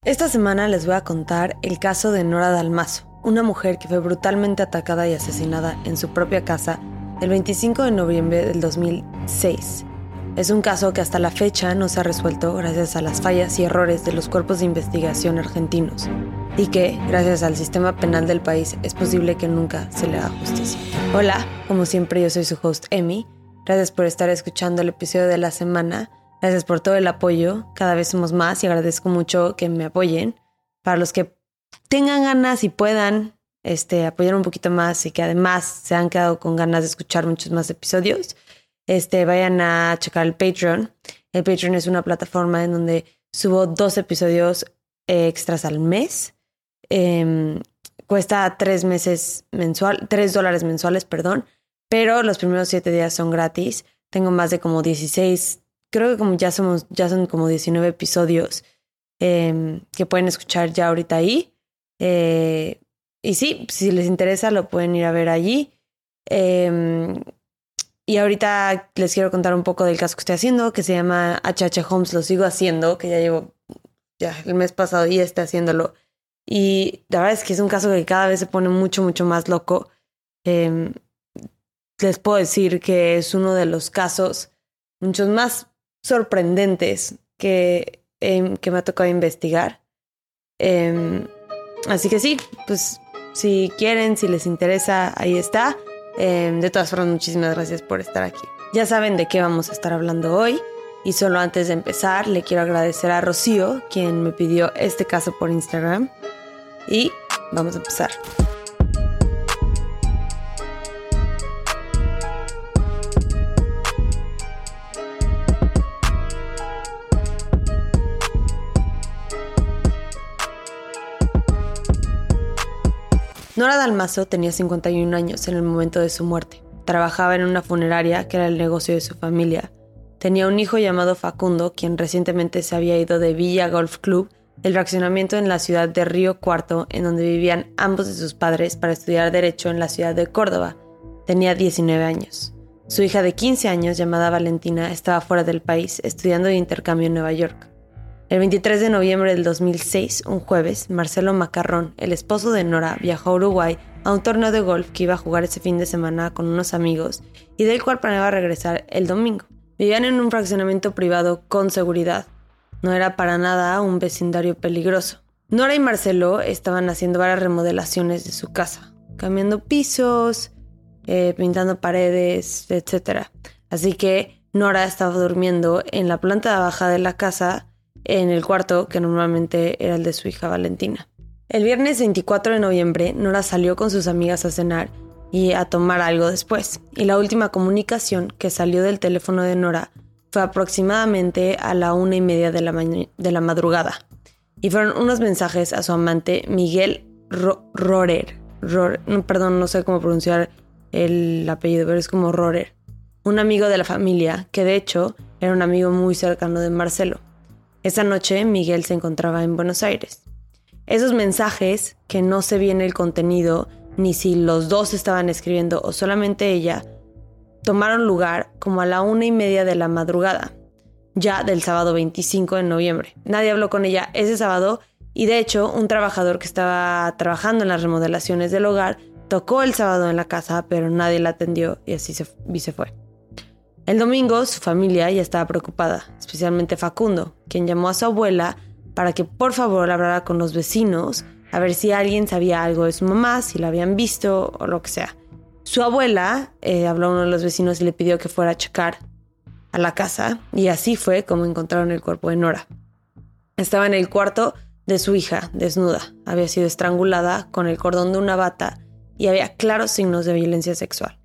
Esta semana les voy a contar el caso de Nora Dalmazo, una mujer que fue brutalmente atacada y asesinada en su propia casa el 25 de noviembre del 2006. Es un caso que hasta la fecha no se ha resuelto gracias a las fallas y errores de los cuerpos de investigación argentinos y que, gracias al sistema penal del país, es posible que nunca se le haga justicia. Hola, como siempre yo soy su host Emi. Gracias por estar escuchando el episodio de la semana. Gracias por todo el apoyo. Cada vez somos más y agradezco mucho que me apoyen. Para los que tengan ganas y puedan apoyar un poquito más y que además se han quedado con ganas de escuchar muchos más episodios, vayan a checar el Patreon. El Patreon es una plataforma en donde subo 2 episodios extras al mes. Cuesta $3 mensuales, pero los primeros 7 días son gratis. Tengo más de como 16, creo que ya son como 19 episodios que pueden escuchar ya ahorita ahí. Y sí, si les interesa lo pueden ir a ver allí. Y ahorita les quiero contar un poco del caso que estoy haciendo, que se llama H.H. Holmes. Lo sigo haciendo, que ya llevo el mes pasado y haciéndolo. Y la verdad es que es un caso que cada vez se pone mucho, mucho más loco. Les puedo decir que es uno de los casos muchos más sorprendentes que me ha tocado investigar. Así que sí, pues si quieren, si les interesa, ahí está. De todas formas, muchísimas gracias por estar aquí. Ya saben de qué vamos a estar hablando hoy. Y solo antes de empezar, le quiero agradecer a Rocío, quien me pidió este caso por Instagram. Y vamos a empezar. Nora Dalmazo tenía 51 años en el momento de su muerte. Trabajaba en una funeraria que era el negocio de su familia. Tenía un hijo llamado Facundo, quien recientemente se había ido de Villa Golf Club, el fraccionamiento en la ciudad de Río Cuarto, en donde vivían ambos de sus padres para estudiar Derecho en la ciudad de Córdoba. Tenía 19 años. Su hija de 15 años, llamada Valentina, estaba fuera del país, estudiando de intercambio en Nueva York. El 23 de noviembre del 2006, un jueves, Marcelo Macarrón, el esposo de Nora, viajó a Uruguay a un torneo de golf que iba a jugar ese fin de semana con unos amigos y del cual planeaba regresar el domingo. Vivían en un fraccionamiento privado con seguridad. No era para nada un vecindario peligroso. Nora y Marcelo estaban haciendo varias remodelaciones de su casa, cambiando pisos, pintando paredes, etc. Así que Nora estaba durmiendo en la planta baja de la casa, en el cuarto que normalmente era el de su hija Valentina. El viernes 24 de noviembre, Nora salió con sus amigas a cenar y a tomar algo después. Y la última comunicación que salió del teléfono de Nora fue aproximadamente a la 1:30 de la madrugada. Y fueron unos mensajes a su amante Miguel Rohrer. Perdón, no sé cómo pronunciar el apellido, pero es como Rohrer. Un amigo de la familia, que de hecho era un amigo muy cercano de Marcelo. Esa noche Miguel se encontraba en Buenos Aires. Esos mensajes, que no se ve en el contenido, ni si los dos estaban escribiendo o solamente ella, tomaron lugar como a la 1:30 de la madrugada, ya del sábado 25 de noviembre. Nadie habló con ella ese sábado y de hecho un trabajador que estaba trabajando en las remodelaciones del hogar tocó el sábado en la casa, pero nadie la atendió y así se fue. El domingo su familia ya estaba preocupada, especialmente Facundo, quien llamó a su abuela para que por favor hablara con los vecinos a ver si alguien sabía algo de su mamá, si la habían visto o lo que sea. Su abuela habló a uno de los vecinos y le pidió que fuera a checar a la casa y así fue como encontraron el cuerpo de Nora. Estaba en el cuarto de su hija, desnuda. Había sido estrangulada con el cordón de una bata y había claros signos de violencia sexual.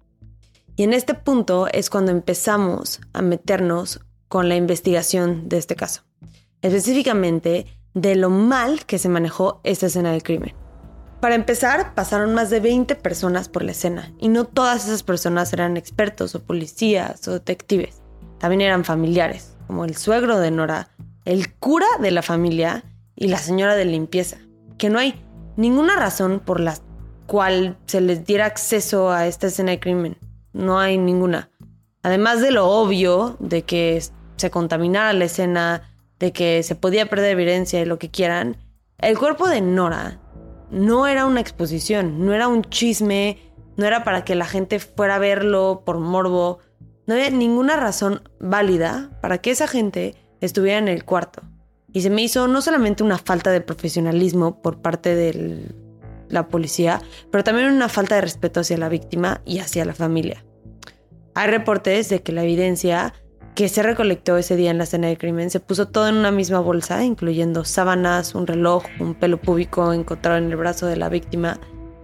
Y en este punto es cuando empezamos a meternos con la investigación de este caso. Específicamente de lo mal que se manejó esta escena del crimen. Para empezar, pasaron más de 20 personas por la escena y no todas esas personas eran expertos o policías o detectives. También eran familiares, como el suegro de Nora, el cura de la familia y la señora de limpieza, que no hay ninguna razón por la cual se les diera acceso a esta escena de crimen. No hay ninguna. Además de lo obvio de que se contaminara la escena, de que se podía perder evidencia y lo que quieran, El cuerpo de Nora no era una exposición, no era un chisme, no era para que la gente fuera a verlo por morbo. No había ninguna razón válida para que esa gente estuviera en el cuarto. Y se me hizo no solamente una falta de profesionalismo por parte de la policía, pero también una falta de respeto hacia la víctima y hacia la familia. Hay reportes de que la evidencia que se recolectó ese día en la escena del crimen se puso todo en una misma bolsa, incluyendo sábanas, un reloj, un pelo púbico encontrado en el brazo de la víctima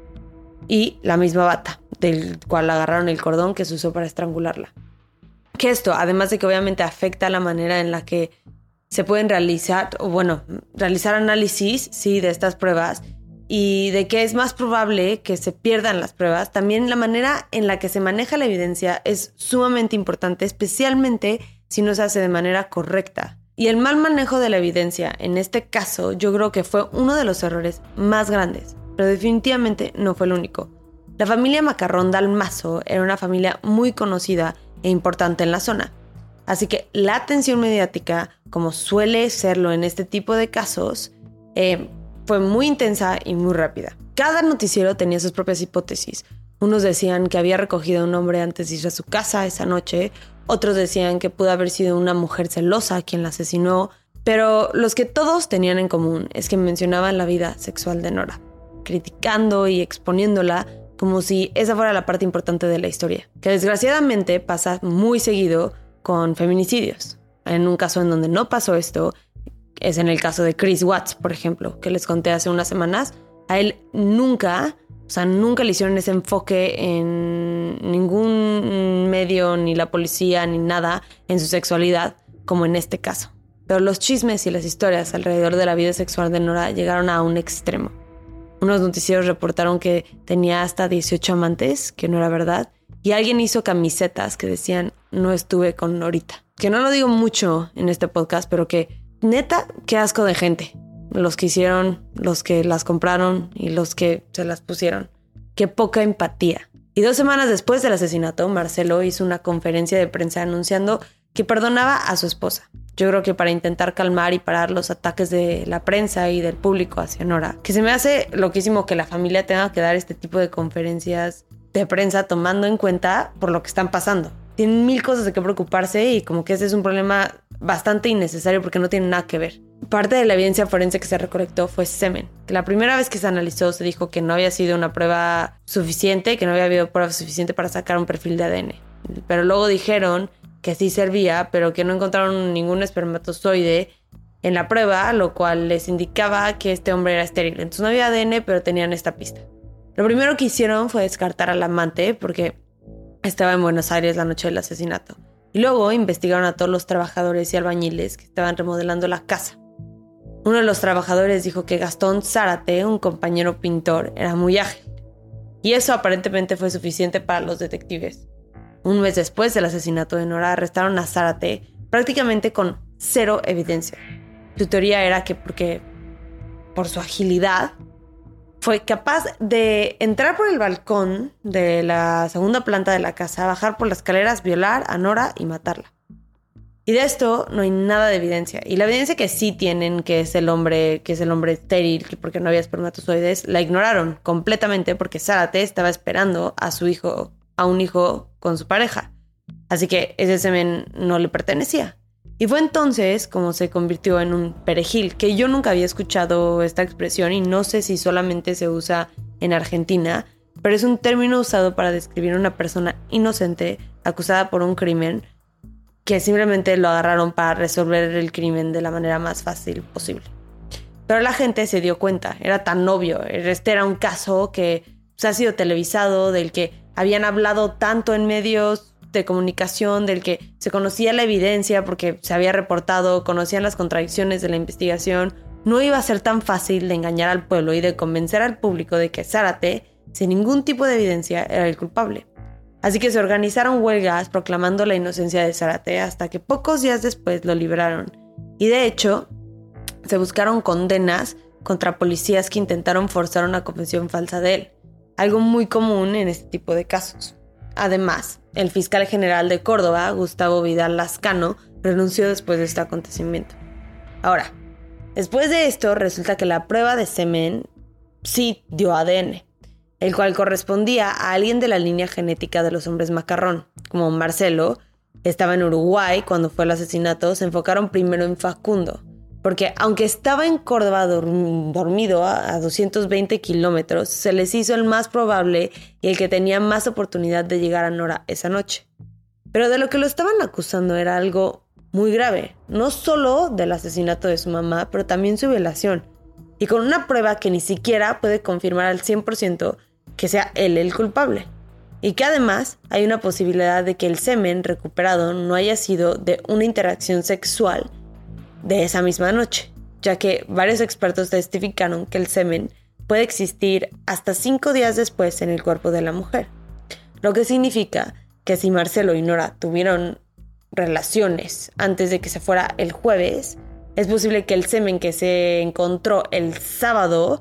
y la misma bata, del cual agarraron el cordón que se usó para estrangularla. Que esto, además de que obviamente afecta la manera en la que se pueden realizar análisis, sí, de estas pruebas, y de que es más probable que se pierdan las pruebas, también la manera en la que se maneja la evidencia es sumamente importante, especialmente si no se hace de manera correcta. Y el mal manejo de la evidencia, en este caso, yo creo que fue uno de los errores más grandes, pero definitivamente no fue el único. La familia Macarrón Dalmazo era una familia muy conocida e importante en la zona. Así que la atención mediática, como suele serlo en este tipo de casos, fue muy intensa y muy rápida. Cada noticiero tenía sus propias hipótesis. Unos decían que había recogido a un hombre antes de ir a su casa esa noche, otros decían que pudo haber sido una mujer celosa quien la asesinó, pero los que todos tenían en común es que mencionaban la vida sexual de Nora, criticando y exponiéndola como si esa fuera la parte importante de la historia, que desgraciadamente pasa muy seguido con feminicidios. En un caso en donde no pasó esto, es en el caso de Chris Watts, por ejemplo, que les conté hace unas semanas. A él nunca le hicieron ese enfoque en ningún medio, ni la policía, ni nada, en su sexualidad, como en este caso. Pero los chismes y las historias alrededor de la vida sexual de Nora llegaron a un extremo. Unos noticieros reportaron que tenía hasta 18 amantes, que no era verdad, y alguien hizo camisetas que decían, no estuve con Norita. Que no lo digo mucho en este podcast, pero que neta, qué asco de gente. Los que hicieron, los que las compraron y los que se las pusieron. Qué poca empatía. Y 2 semanas después del asesinato, Marcelo hizo una conferencia de prensa anunciando que perdonaba a su esposa. Yo creo que para intentar calmar y parar los ataques de la prensa y del público hacia Nora. Que se me hace loquísimo que la familia tenga que dar este tipo de conferencias de prensa tomando en cuenta por lo que están pasando. Tienen 1000 cosas de qué preocuparse y como que ese es un problema bastante innecesario porque no tiene nada que ver. Parte de la evidencia forense que se recolectó fue semen. Que la primera vez que se analizó se dijo que no había sido una prueba suficiente, que no había habido prueba suficiente para sacar un perfil de ADN. Pero luego dijeron que sí servía, pero que no encontraron ningún espermatozoide en la prueba, lo cual les indicaba que este hombre era estéril. Entonces no había ADN, pero tenían esta pista. Lo primero que hicieron fue descartar al amante porque estaba en Buenos Aires la noche del asesinato. Y luego investigaron a todos los trabajadores y albañiles que estaban remodelando la casa. Uno de los trabajadores dijo que Gastón Zárate, un compañero pintor, era muy ágil. Y eso aparentemente fue suficiente para los detectives. Un mes después del asesinato de Nora, arrestaron a Zárate prácticamente con 0 evidencia. Su teoría era que porque por su agilidad fue capaz de entrar por el balcón de la segunda planta de la casa, bajar por las escaleras, violar a Nora y matarla. Y de esto no hay nada de evidencia. Y la evidencia que sí tienen, que es el hombre estéril, porque no había espermatozoides, la ignoraron completamente porque Zárate estaba esperando a un hijo con su pareja. Así que ese semen no le pertenecía. Y fue entonces como se convirtió en un perejil, que yo nunca había escuchado esta expresión y no sé si solamente se usa en Argentina, pero es un término usado para describir a una persona inocente acusada por un crimen que simplemente lo agarraron para resolver el crimen de la manera más fácil posible. Pero la gente se dio cuenta, era tan obvio, este era un caso que ha sido televisado, del que habían hablado tanto en medios de comunicación, del que se conocía la evidencia porque se había reportado, conocían las contradicciones de la investigación. No iba a ser tan fácil de engañar al pueblo y de convencer al público de que Zárate, sin ningún tipo de evidencia, era el culpable. Así que se organizaron huelgas proclamando la inocencia de Zárate hasta que pocos días después lo liberaron. Y de hecho, se buscaron condenas contra policías que intentaron forzar una confesión falsa de él, algo muy común en este tipo de casos. Además, el fiscal general de Córdoba, Gustavo Vidal Lascano, renunció después de este acontecimiento. Ahora, Después de esto, resulta que la prueba de semen sí dio ADN, el cual correspondía a alguien de la línea genética de los hombres macarrón. Como Marcelo estaba en Uruguay cuando fue el asesinato, se enfocaron primero en Facundo, porque aunque estaba en Córdoba dormido a 220 kilómetros, se les hizo el más probable y el que tenía más oportunidad de llegar a Nora esa noche. Pero de lo que lo estaban acusando era algo muy grave, no solo del asesinato de su mamá, pero también su violación, y con una prueba que ni siquiera puede confirmar al 100% que sea él el culpable, y que además hay una posibilidad de que el semen recuperado no haya sido de una interacción sexual de esa misma noche, ya que varios expertos testificaron que el semen puede existir hasta 5 días después en el cuerpo de la mujer, lo que significa que si Marcelo y Nora tuvieron relaciones antes de que se fuera el jueves, es posible que el semen que se encontró el sábado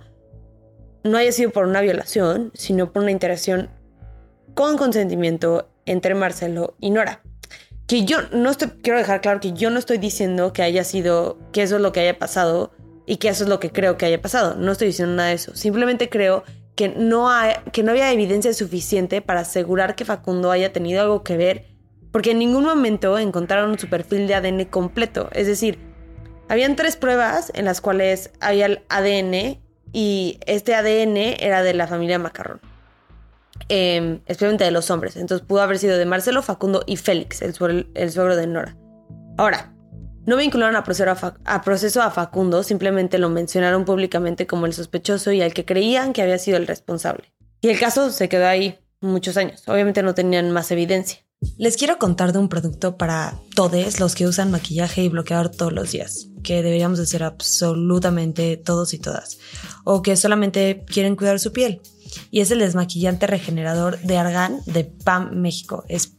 no haya sido por una violación, sino por una interacción con consentimiento entre Marcelo y Nora. Que yo no estoy, quiero dejar claro que yo no estoy diciendo que haya sido, que eso es lo que haya pasado y que eso es lo que creo que haya pasado. No estoy diciendo nada de eso. Simplemente creo que no había evidencia suficiente para asegurar que Facundo haya tenido algo que ver, porque en ningún momento encontraron su perfil de ADN completo. Es decir, habían 3 pruebas en las cuales había el ADN y este ADN era de la familia Macarrón, especialmente de los hombres. Entonces pudo haber sido de Marcelo, Facundo y Félix, el suegro de Nora. Ahora, no vincularon a proceso a Facundo, simplemente lo mencionaron públicamente como el sospechoso y al que creían que había sido el responsable. Y el caso se quedó ahí muchos años. Obviamente no tenían más evidencia. Les quiero contar de un producto para todos los que usan maquillaje y bloqueador todos los días, que deberíamos hacer absolutamente todos y todas, o que solamente quieren cuidar su piel. Y es el desmaquillante regenerador de Argan de PAM México. Es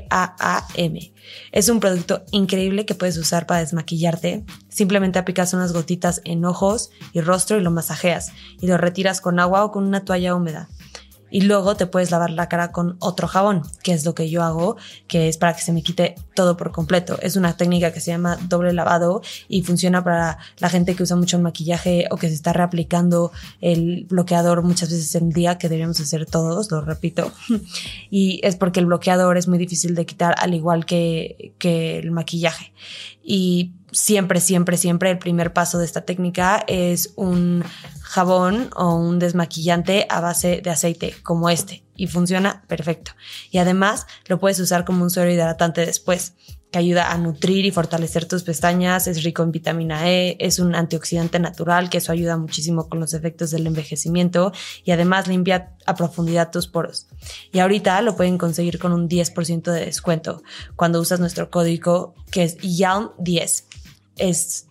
PAAM. Es un producto increíble que puedes usar para desmaquillarte. Simplemente aplicas unas gotitas en ojos y rostro y lo masajeas y lo retiras con agua o con una toalla húmeda. Y luego te puedes lavar la cara con otro jabón, que es lo que yo hago, que es para que se me quite todo por completo. Es una técnica que se llama doble lavado y funciona para la gente que usa mucho el maquillaje o que se está reaplicando el bloqueador muchas veces en el día, que deberíamos hacer todos, lo repito. Y es porque el bloqueador es muy difícil de quitar, al igual que el maquillaje. Y siempre el primer paso de esta técnica es un jabón o un desmaquillante a base de aceite como este, y funciona perfecto. Y además lo puedes usar como un suero hidratante después, que ayuda a nutrir y fortalecer tus pestañas. Es rico en vitamina E, es un antioxidante natural, que eso ayuda muchísimo con los efectos del envejecimiento, y además limpia a profundidad tus poros. Y ahorita lo pueden conseguir con un 10% de descuento cuando usas nuestro código, que es YALM10. Es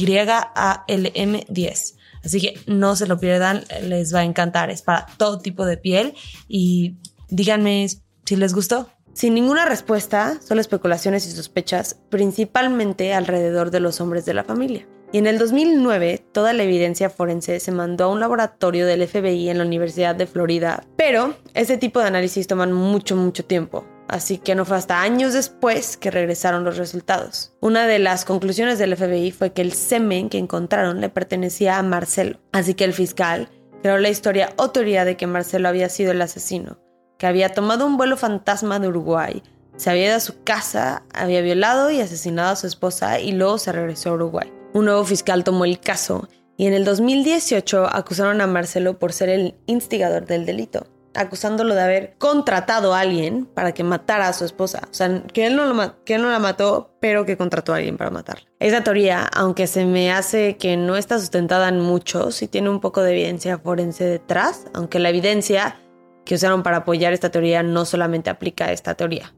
YALM10. Así que no se lo pierdan, les va a encantar. Es para todo tipo de piel y díganme si les gustó. Sin ninguna respuesta, solo especulaciones y sospechas, principalmente alrededor de los hombres de la familia. Y en el 2009, toda la evidencia forense se mandó a un laboratorio del FBI en la Universidad de Florida, pero ese tipo de análisis toman mucho tiempo. Así que no fue hasta años después que regresaron los resultados. Una de las conclusiones del FBI fue que el semen que encontraron le pertenecía a Marcelo. Así que el fiscal creó la historia o teoría de que Marcelo había sido el asesino, que había tomado un vuelo fantasma de Uruguay, se había ido a su casa, había violado y asesinado a su esposa y luego se regresó a Uruguay. Un nuevo fiscal tomó el caso y en el 2018 acusaron a Marcelo por ser el instigador del delito, acusándolo de haber contratado a alguien para que matara a su esposa. O sea, que él no la mató, pero que contrató a alguien para matarla. Esa teoría, aunque se me hace que no está sustentada en mucho, sí tiene un poco de evidencia forense detrás, aunque la evidencia que usaron para apoyar esta teoría no solamente aplica a esta teoría.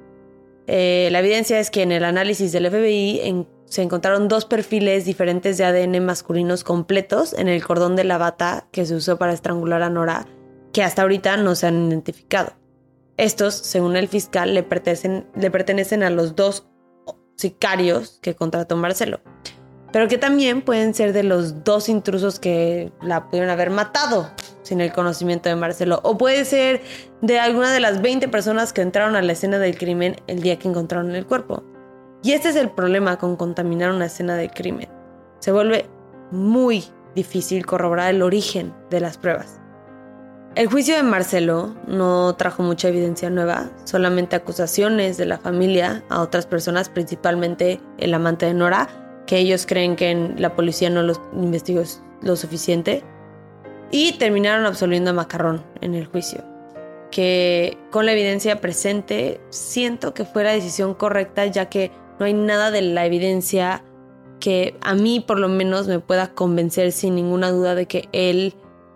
La evidencia es que en el análisis del FBI se encontraron 2 perfiles diferentes de ADN masculinos completos en el cordón de la bata que se usó para estrangular a Nora, que hasta ahorita no se han identificado. Estos, según el fiscal, le pertenecen a los 2 sicarios que contrató Marcelo, pero que también pueden ser de los 2 intrusos que la pudieron haber matado sin el conocimiento de Marcelo, o puede ser de alguna de las 20 personas que entraron a la escena del crimen el día que encontraron el cuerpo. Y este es el problema con contaminar una escena del crimen. Se vuelve muy difícil corroborar el origen de las pruebas. El juicio de Marcelo no trajo mucha evidencia nueva, solamente acusaciones de la familia a otras personas, principalmente el amante de Nora, que ellos creen que la policía no los investigó lo suficiente, y terminaron absolviendo a Macarrón en el juicio, que con la evidencia presente siento que fue la decisión correcta, ya que no hay nada de la evidencia que a mí por lo menos me pueda convencer sin ninguna duda de que él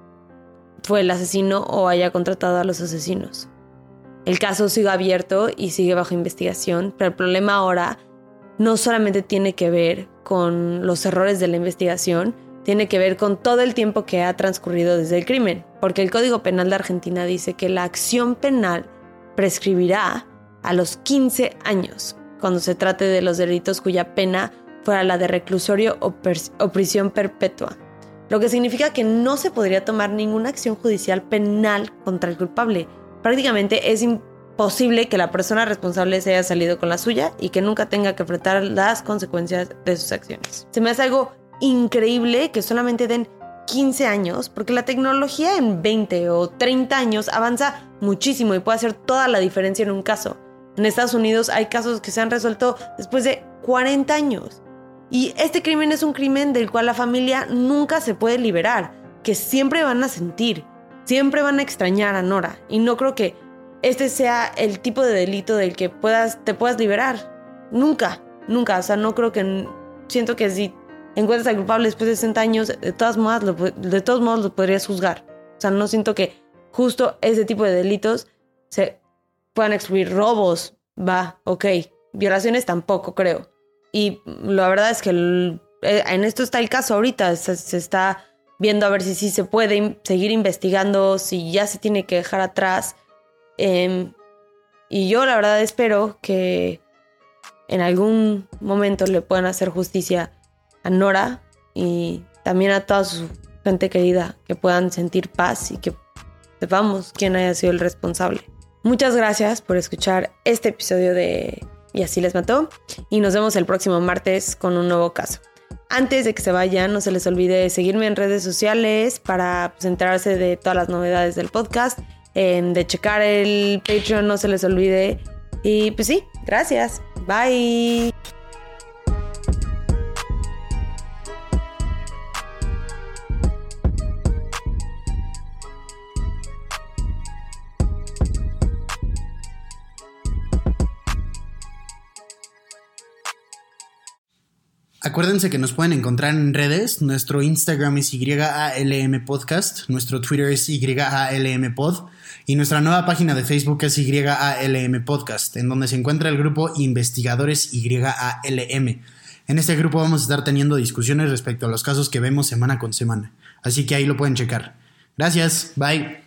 fue el asesino o haya contratado a los asesinos. El caso sigue abierto y sigue bajo investigación, pero el problema ahora no solamente tiene que ver con los errores de la investigación, tiene que ver con todo el tiempo que ha transcurrido desde el crimen, porque el Código Penal de Argentina dice que la acción penal prescribirá a los 15 años cuando se trate de los delitos cuya pena fuera la de reclusorio o prisión perpetua, lo que significa que no se podría tomar ninguna acción judicial penal contra el culpable. Prácticamente es imposible que la persona responsable se haya salido con la suya y que nunca tenga que enfrentar las consecuencias de sus acciones. Se me hace algo increíble que solamente den 15 años, porque la tecnología en 20 o 30 años avanza muchísimo y puede hacer toda la diferencia en un caso. En Estados Unidos hay casos que se han resuelto después de 40 años. Y este crimen es un crimen del cual la familia nunca se puede liberar, que siempre van a sentir, siempre van a extrañar a Nora. Y no creo que este sea el tipo de delito del que te puedas liberar. Nunca. O sea, no creo que... Siento que si encuentras al culpable después de 60 años, de todos modos lo podrías juzgar. O sea, no siento que justo ese tipo de delitos se puedan excluir. Robos, va, ok. Violaciones tampoco, creo. Y la verdad es que en esto está el caso ahorita. Se está viendo a ver si sí se puede seguir investigando, si ya se tiene que dejar atrás. Y yo la verdad espero que en algún momento le puedan hacer justicia a Nora y también a toda su gente querida, que puedan sentir paz y que sepamos quién haya sido el responsable. Muchas gracias por escuchar este episodio de Y así les mató, y nos vemos el próximo martes con un nuevo caso. Antes de que se vayan, no se les olvide seguirme en redes sociales para enterarse de todas las novedades del podcast, de checar el Patreon, no se les olvide. Y pues sí, gracias. Bye. Acuérdense que nos pueden encontrar en redes. Nuestro Instagram es YALM Podcast, nuestro Twitter es YALM Pod y nuestra nueva página de Facebook es YALM Podcast, en donde se encuentra el grupo Investigadores YALM. En este grupo vamos a estar teniendo discusiones respecto a los casos que vemos semana con semana, así que ahí lo pueden checar. Gracias, bye.